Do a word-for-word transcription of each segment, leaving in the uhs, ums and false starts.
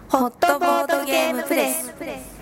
ホットボードゲームプレス。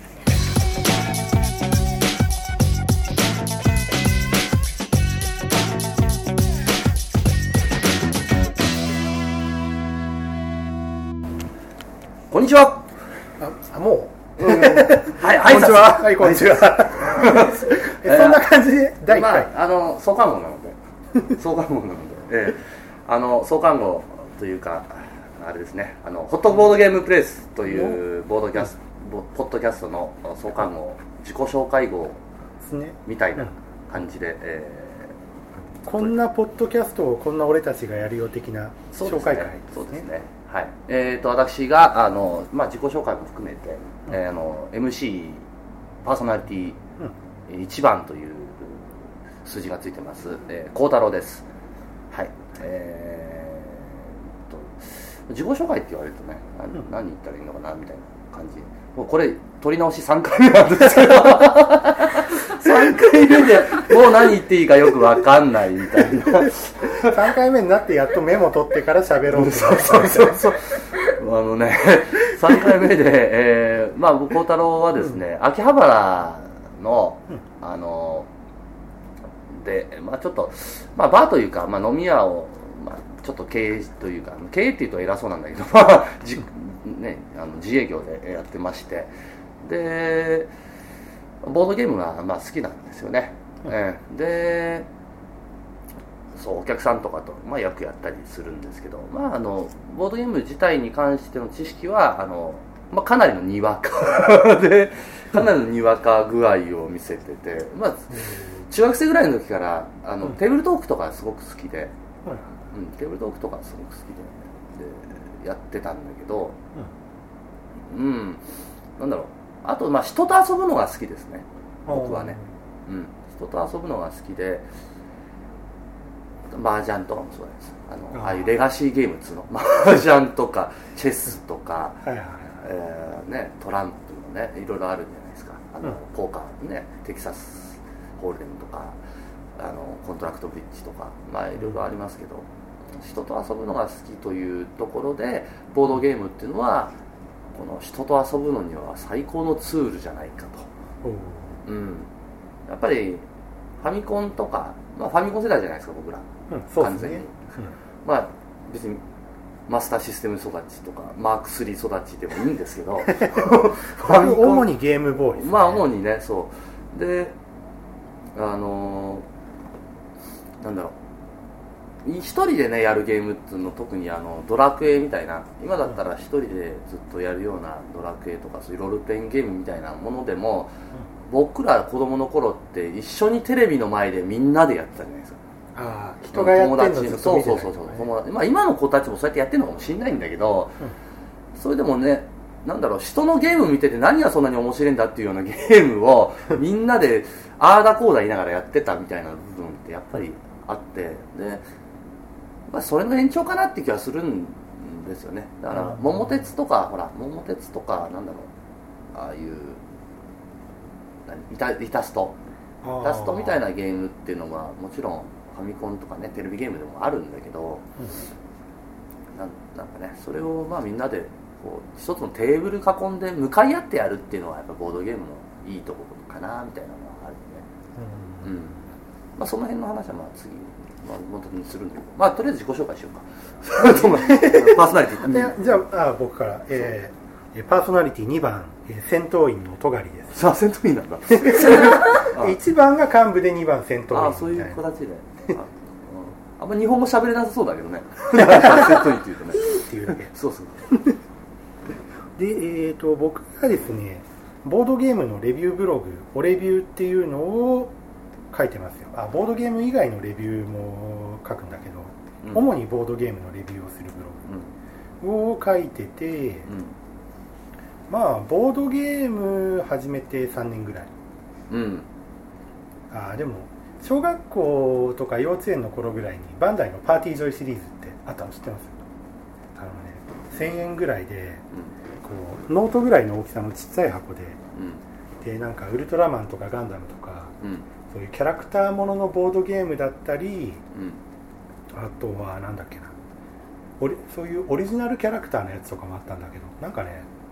こんにちは。 あ、もう、 うん、はい、 こんにちは。はい、こんにちは。そんな感じでだいいっかい、 まあ、あの創刊号なので、創刊号なので、えー、あの創刊号というかあれですね、あのホットボードゲームプレイスというボードキャスト、ポッドキャストの創刊号、自己紹介号みたいな感じで、えー、こんなポッドキャストをこんな俺たちがやるよ的な紹介会ですね。 そうですね。はい。えーと私があのまあ自己紹介も含めて、うん、えー、あの エムシー パーソナリティいちばんという数字がついてます、えー、幸太郎です。はい。えーと自己紹介って言われるとね、何、うん、何言ったらいいのかなみたいな感じ。もうこれ取り直しさんかいめなんですけどさんかいめでもう何言っていいかよく分かんないみたいなさんかいめになってやっとメモ取ってから喋ろうとそうそうそうそうあのねさんかいめで、えー、まあ僕幸太郎はですね、うん、秋葉原の、うん、あので、まあ、ちょっと、まあ、バーというか、まあ、飲み屋を、まあ、ちょっと経営というか経営っていうと偉そうなんだけど、まあじね、あの自営業でやってまして、でボードゲームがまあ好きなんですよね、うん、えー、でそうお客さんとかと、まあ、よくやったりするんですけど、まあ、あのボードゲーム自体に関しての知識はあの、まあ、かなりのにわかでかなりのにわか具合を見せてて、まあ、中学生ぐらいの時からあの、うん、テーブルトークとかすごく好きで、うんうん、テーブルトークとかすごく好きで、でやってたんだけど、うん、うん、なんだろう、あと、まあ、人と遊ぶのが好きですね、僕はね、うん、人と遊ぶのが好きで、麻雀とかもそうです。あの あ, ああいうレガシーゲームっつうの麻雀とかチェスとか、はいはいはい、えーね、トランプもねいろいろあるんじゃないですか。あの、うん、ポーカーね、テキサスホールデムとかあのコントラクトブリッジとか、まあいろいろありますけど、人と遊ぶのが好きというところでボードゲームっていうのはこの人と遊ぶのには最高のツールじゃないかと、うん、やっぱりファミコンとか、まあ、ファミコン世代じゃないですか僕ら、うん、そうですね、完全に、うん、まあ別にマスターシステム育ちとかマークスリー育ちでもいいんですけどファミコン主にゲームボーイですね。 まあ主にね、そうで、あのー、なんだろう、一人でねやるゲームっていうの、特にあのドラクエみたいな、今だったら一人でずっとやるようなドラクエとかそういうロールプレイングゲームみたいなものでも、うん、僕ら子供の頃って一緒にテレビの前でみんなでやってたじゃないですか。 ああ、人がやってるのずっと見てた、ね、 そうそうそうそう、友達、まあ、今の子たちもそうやってやってるのかもしれないんだけど、うん、それでもね、なんだろう、人のゲーム見てて何がそんなに面白いんだっていうようなゲームをみんなでああだこうだ言いながらやってたみたいな部分ってやっぱりあって、で、まあ、それの延長かなって気はするんですよね。だから桃鉄とか、ほら桃鉄とか、なんだろう、ああいうイタ、イタストイタストみたいなゲームっていうのはもちろんファミコンとかねテレビゲームでもあるんだけど、うん、な, なんかねそれをまあみんなでこう一つのテーブル囲んで向かい合ってやるっていうのはやっぱボードゲームのいいところかなみたいなのはあるよね、うんうん、まあその辺の話はまあ次まあ、本当にするんだけど、まあとりあえず自己紹介しようかパーソナリティじゃあ、あ僕から、えー、パーソナリティにばん、えー、戦闘員の戸狩です。 さあ戦闘員なんだいちばんが幹部でにばん戦闘員みたいな。 ああ、そういう形であ、うん、あんま日本語喋れなさそうだけどね戦闘員っていうとねっていうだけそうそうで、えーと僕がですねボードゲームのレビューブログおレビューっていうのを書いてますよ。あ、ボードゲーム以外のレビューも書くんだけど、うん、主にボードゲームのレビューをするブログを書いてて、うん、まあボードゲーム始めてさんねんぐらい、うん、あでも小学校とか幼稚園の頃ぐらいにバンダイのパーティージョイシリーズってあったの知ってます？あのねせんえんぐらいで、うん、こうノートぐらいの大きさのちっちゃい箱で、うん、でなんかウルトラマンとかガンダムとか、うん、そういうキャラクターもののボードゲームだったり、うん、あとはなんだっけな、オリそういうオリジナルキャラクターのやつとかもあったんだけど、なんかね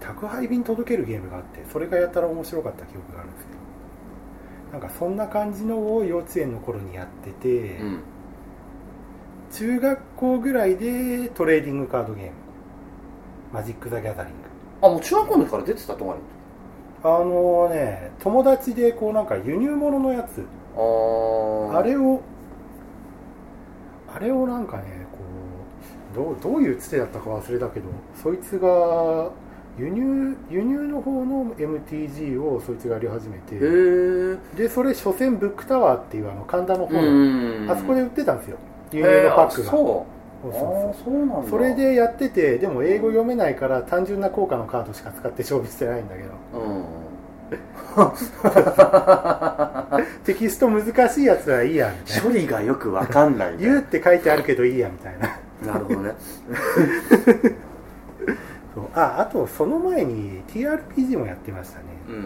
宅配便届けるゲームがあって、それがやったら面白かった記憶があるんですけど、なんかそんな感じのを幼稚園の頃にやってて、うん、中学校ぐらいでトレーディングカードゲーム、マジック・ザ・ギャザリング。 あ、もう中学校の時から出てたとか。 あのね、友達でこうなんか輸入物のやつ、あ, あれをあれをなんかね、こう ど, うどういうつてだったか忘れたけど、そいつが輸入輸入の方の エムティージー をそいつがやり始めて、でそれ所詮ブックタワーっていうあの神田の方のあそこで売ってたんですよ、輸入のパックが。そうそうそうそうなんだ。それでやってて、でも英語読めないから単純な効果のカードしか使って勝負してないんだけど、うん、テキスト難しいやつはいいやみたいな、 処理がよく分かんない言うって書いてあるけどいいやみたいな。 なるほどね。 そう、あ、あとその前に ティーアールピージー もやってましたね、うん、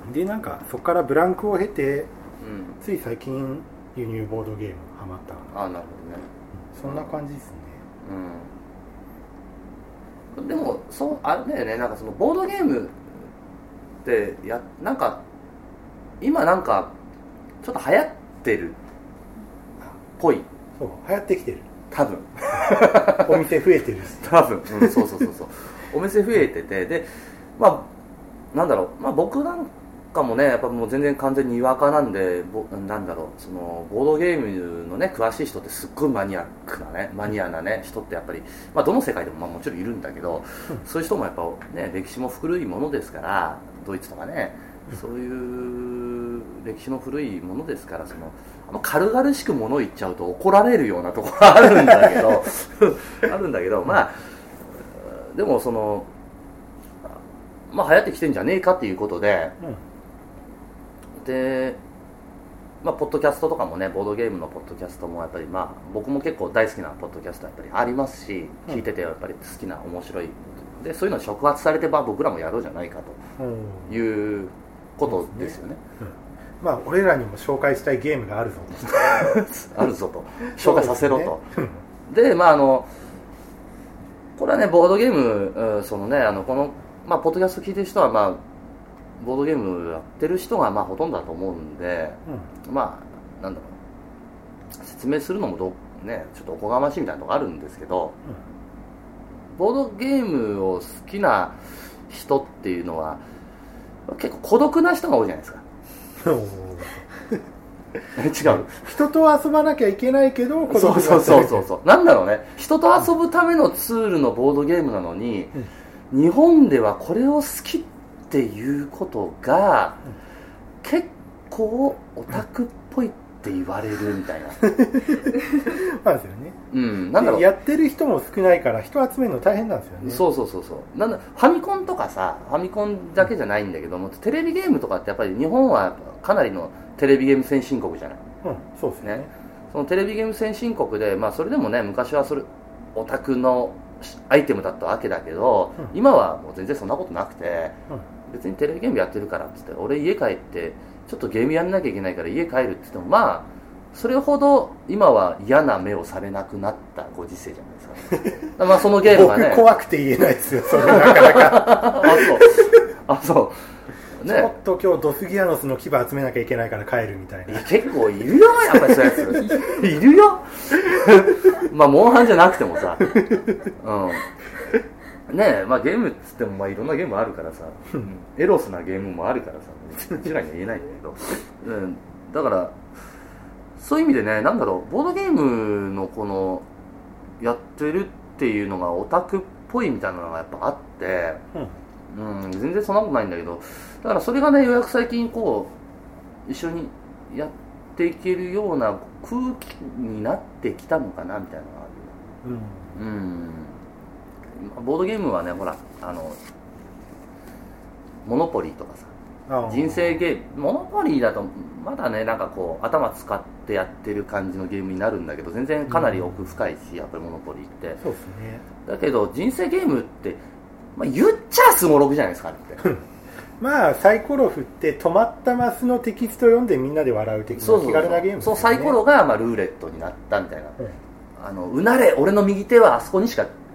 でなんかそこからブランクを経て、うん、つい最近輸入ボードゲームハマった。 あ、なるほどね。 そんな感じですね、 うん、でもそうあれだよね、なんかそのボードゲームってやなんか今なんかちょっと流行ってるっぽい。 そう、流行ってきてる多分。 お店増えてるし多分、うん、そうそうそうそう、お店増えてて、でまあなんだろう、まあ僕なんかもね、やっぱもう全然完全ににわかなんで、なんだろう、そのボードゲームのね詳しい人ってすっごいマニアックなね、マニアなね人ってやっぱり、まあどの世界でもまあもちろんいるんだけど、うん、そういう人もやっぱね歴史も古いものですから、ドイツとかね、うん、そういう歴史の古いものですから、そのあの軽々しく物を言っちゃうと怒られるようなところあるんだけどあるんだけど、まあでもそのまあ流行ってきてんじゃねえかっていうことで。うん、でまあ、ポッドキャストとかもね、ボードゲームのポッドキャストもやっぱり、まあ、僕も結構大好きなポッドキャストやっぱりありますし、聞いててやっぱり好きな面白いで、そういうのに触発されて、まあ、僕らもやろうじゃないかということですよね。うんうん、 まあ俺らにも紹介したいゲームがあるぞとあるぞと紹介させろと。で、ね、まああのこれはね、ボードゲーム、そのね、あのこの、まあ、ポッドキャスト聞いてる人は、まあボードゲームやってる人がまあほとんどだと思うんで、うん、まあなんだろう、説明するのもど、ね、ちょっとおこがましいみたいなとこあるんですけど、うん、ボードゲームを好きな人っていうのは結構孤独な人が多いじゃないですか。違う、 人と遊ばなきゃいけないけど孤独な人。 そうそうそうそうなんだろうね、人と遊ぶためのツールのボードゲームなのに、うん、日本ではこれを好きっていうことが、うん、結構オタクっぽいって言われるみたいな。 そうですよね。 うん、なんだろう、 やってる人も少ないから人集めるの大変なんですよね。 そうそうそうそう。なんだ、ファミコンとかさ、ファミコンだけじゃないんだけども、テレビゲームとかってやっぱり日本はかなりのテレビゲーム先進国じゃない。 うん、そうですね。 そのテレビゲーム先進国で、まあそれでもね、昔はそれオタクのアイテムだったわけだけど、うん、今はもう全然そんなことなくて、うん、別にテレビゲームやってるからっつって、俺家帰ってちょっとゲームやんなきゃいけないから家帰るって言っても、まあそれほど今は嫌な目をされなくなったご時世じゃないですか。まあそのゲームがね、 僕怖くて言えないですよ、それなかなか。 あ、そうあ、そうね、 ちょっと今日ドスギアノスの牙集めなきゃいけないから帰るみたいな。 結構いるよ、やっぱりそういうやつ。いるよ。まあモンハンじゃなくてもさ、うん、ねえ、まあゲームっつってもまあいろんなゲームあるからさ、エロスなゲームもあるからさ、一概には言えないんだけど、うん、だからそういう意味でね、なんだろう、ボードゲームのこのやってるっていうのがオタクっぽいみたいなのがやっぱあって、うんうん、全然そんなことないんだけど、だからそれがね、ようやく最近こう一緒にやっていけるような空気になってきたのかなみたいなのがある、うんうん、ボードゲームはね、ほら、あのモノポリーとかさ、人生ゲーム、モノポリーだとまだね、なんかこう頭使ってやってる感じのゲームになるんだけど、全然かなり奥深いし、うん、やっぱりモノポリーって。 そうですね。 だけど人生ゲームって、まあ、言っちゃスモログじゃないですか、あれって。 まあサイコロ振って止まったマスのテキスト読んでみんなで笑う的な気軽なゲームですね。 そうそうそう、そうサイコロがまあルーレットになったみたいな、うん、あのうなれ俺の右手はあそこにしか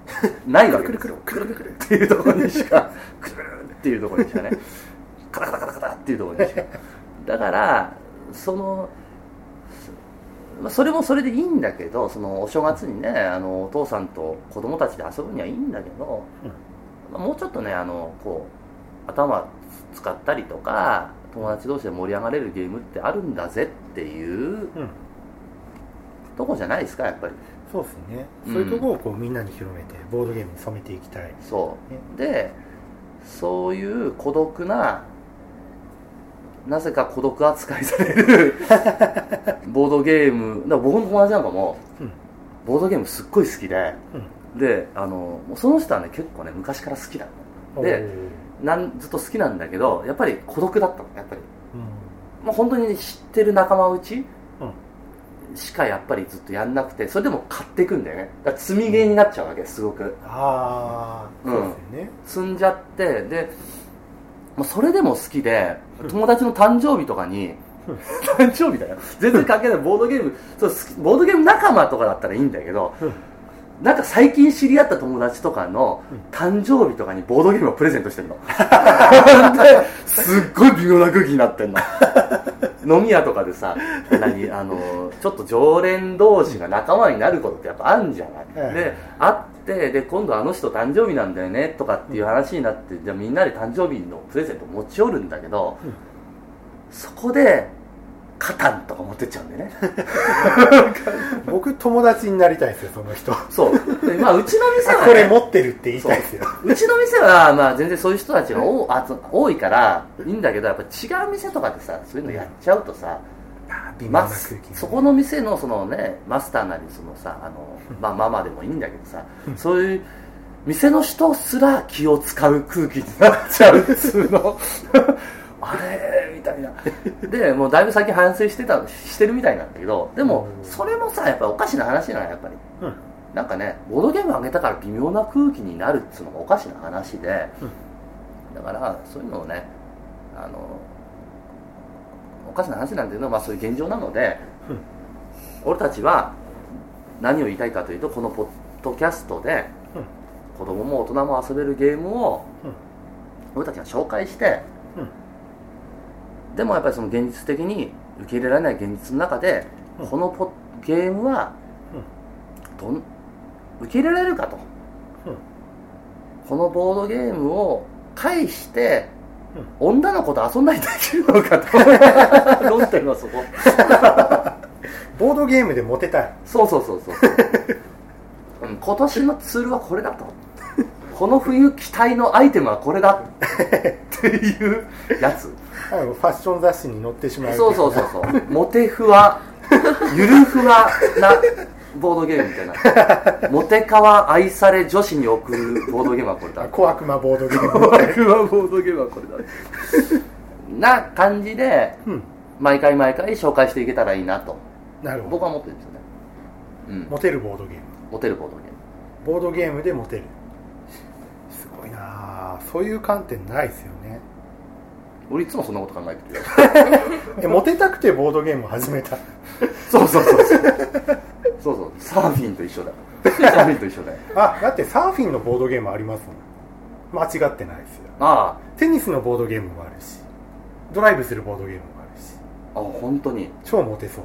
ないわけですよ。くるくるくるっていうところにしかくるっていうところにしかねカタカタカタカタっていうところにしかだからそのそれもそれでいいんだけど、そのお正月にねあのお父さんと子供たちで遊ぶにはいいんだけど、うん、もうちょっとねあのこう頭使ったりとか友達同士で盛り上がれるゲームってあるんだぜっていう、うん、とこじゃないですかやっぱり。 そうですね、うん、そういうところをこうみんなに広めてボードゲームに染めていきたい。 そう、ね、でそういう孤独ななぜか孤独扱いされるボードゲームだから僕の友達なんかも、うん、ボードゲームすっごい好きで、うん、であのその人はね結構ね昔から好きだったでなんずっと好きなんだけどやっぱり孤独だったのやっぱり、うん、もう本当に知ってる仲間内、うん、しかやっぱりずっとやんなくてそれでも買っていくんだよね。だから積みゲーになっちゃうわけすごく、 ああ、うん、そうですよね。 積んじゃってでそれでも好きで友達の誕生日とかに誕生日だよ全然関係ないボードゲームそうボードゲーム仲間とかだったらいいんだけどなんか最近知り合った友達とかの誕生日とかにボードゲームをプレゼントしてるのすっごい微妙な空気になってんの飲み屋とかでさ何あのちょっと常連同士が仲間になることってやっぱあるんじゃないで会ってで今度あの人誕生日なんだよねとかっていう話になってじゃあみんなで誕生日のプレゼント持ち寄るんだけど、うん、そこでカタンとか持ってっちゃうんでね僕友達になりたいですよその人。 そうで、まあ、うちの店は、ね、 これ持ってるって言いたいですよ。 う, うちの店は、まあ、全然そういう人たちが多, あ多いからいいんだけどやっぱ違う店とかでさそういうのやっちゃうとさ、うん、ま、そこの店のその、ね、マスターなりそのさあの、まあ、ママでもいいんだけどさそういう店の人すら気を使う空気になっちゃうっつうのあれみたいなでもうだいぶ最近反省してたしてるみたいなんだけどでもそれもさやっぱおかしな話じゃないやっぱり、うん、なんかねボードゲームあげたから微妙な空気になるっつうのがおかしな話で、うん、だからそういうのをねあのおかしな話なんだけど、まあ、そういう現状なので、うん、俺たちは何を言いたいかというとこのポッドキャストで、うん、子供も大人も遊べるゲームを、うん、俺たちが紹介して、うん、でもやっぱりその現実的に受け入れられない現実の中で、うん、このポゲームは、うん、どん受け入れられるかと、うん、このボードゲームを介してうん、女の子と遊んだりできるのかと論点はそこボードゲームでモテたい。 そうそうそうそう、うん、今年のツールはこれだとこの冬期待のアイテムはこれだっていうやつファッション雑誌に載ってしまう。 そうそうそうそうモテふわゆるふわなボードゲームみたいなモテカワ愛され女子に送るボードゲームはこれだ小悪魔ボードゲーム小悪魔ボードゲームはこれだな感じで、うん、毎回毎回紹介していけたらいいなとなるほど僕は思ってるんですよね、 うん、モテるボードゲームモテるボードゲームボードゲームでモテるすごいなそういう観点ないですよね。 俺いつもそんなこと考えてるよモテたくてボードゲームを始めたそうそうそうそうそうそうサーフィンと一緒だサーフィンと一緒だよあだってサーフィンのボードゲームありますもん。間違ってないですよ。 ああテニスのボードゲームもあるしドライブするボードゲームもあるしあ本当に超モテそう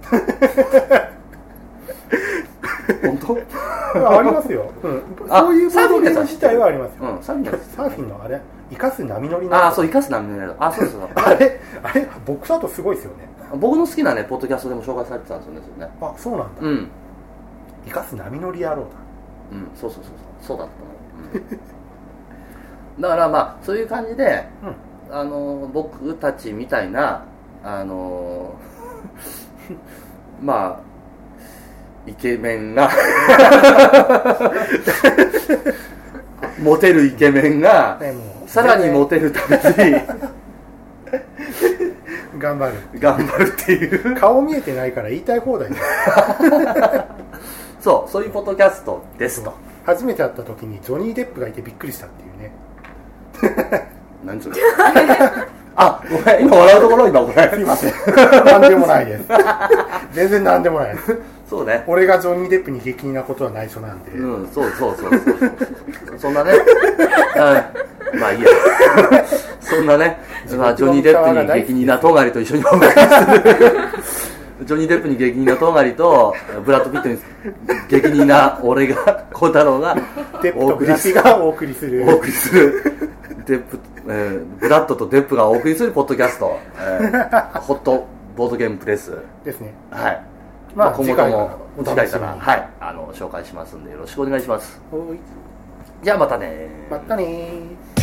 本当ありますよ、うん、そういうボードゲーム自体はありますよ、 うん、サーフィンサーフィンのあれ生かす波乗りああそう生かす波乗りあそうそうあれあれ僕だとすごいですよね。 僕の好きなねポッドキャストでも紹介されてたんですよね。 あそうなんだ、 うん、 生かす波乗り野郎だ。 うんそうそうそうそうそうだったの、うん、だからまあそういう感じで、うん、あの僕たちみたいなあのまあイケメンなモテるイケメンがさらにモテるために頑張る頑張るっていう顔見えてないから言いたい放題そうそういうポッドキャストですと。 初めて会った時にジョニー・デップがいてびっくりしたっていうね何それあごめん今笑うところ今ごめんすいません何でもないです全然何でもないですそうね。 俺がジョニー・デップに激似なことは内緒なんで。 うん、そうそうそうそうそうそんなね、うん、まあいいやそんなね、まあ、ジョニー・デップに激似なトガリと一緒にお送りするジョニー・デップに激似なトガリとブラッド・ピットに激似な俺が孝太郎がデップとブラピがお送りするお送りするデップ、えー、ブラッドとデップがお送りするポッドキャスト、えー、ホットボードゲームプレスですね。 はい、 まあ、 まあ、今後とも次回から、 はい、 あの紹介しますんでよろしくお願いします。 おい、 じゃあまたねまたね。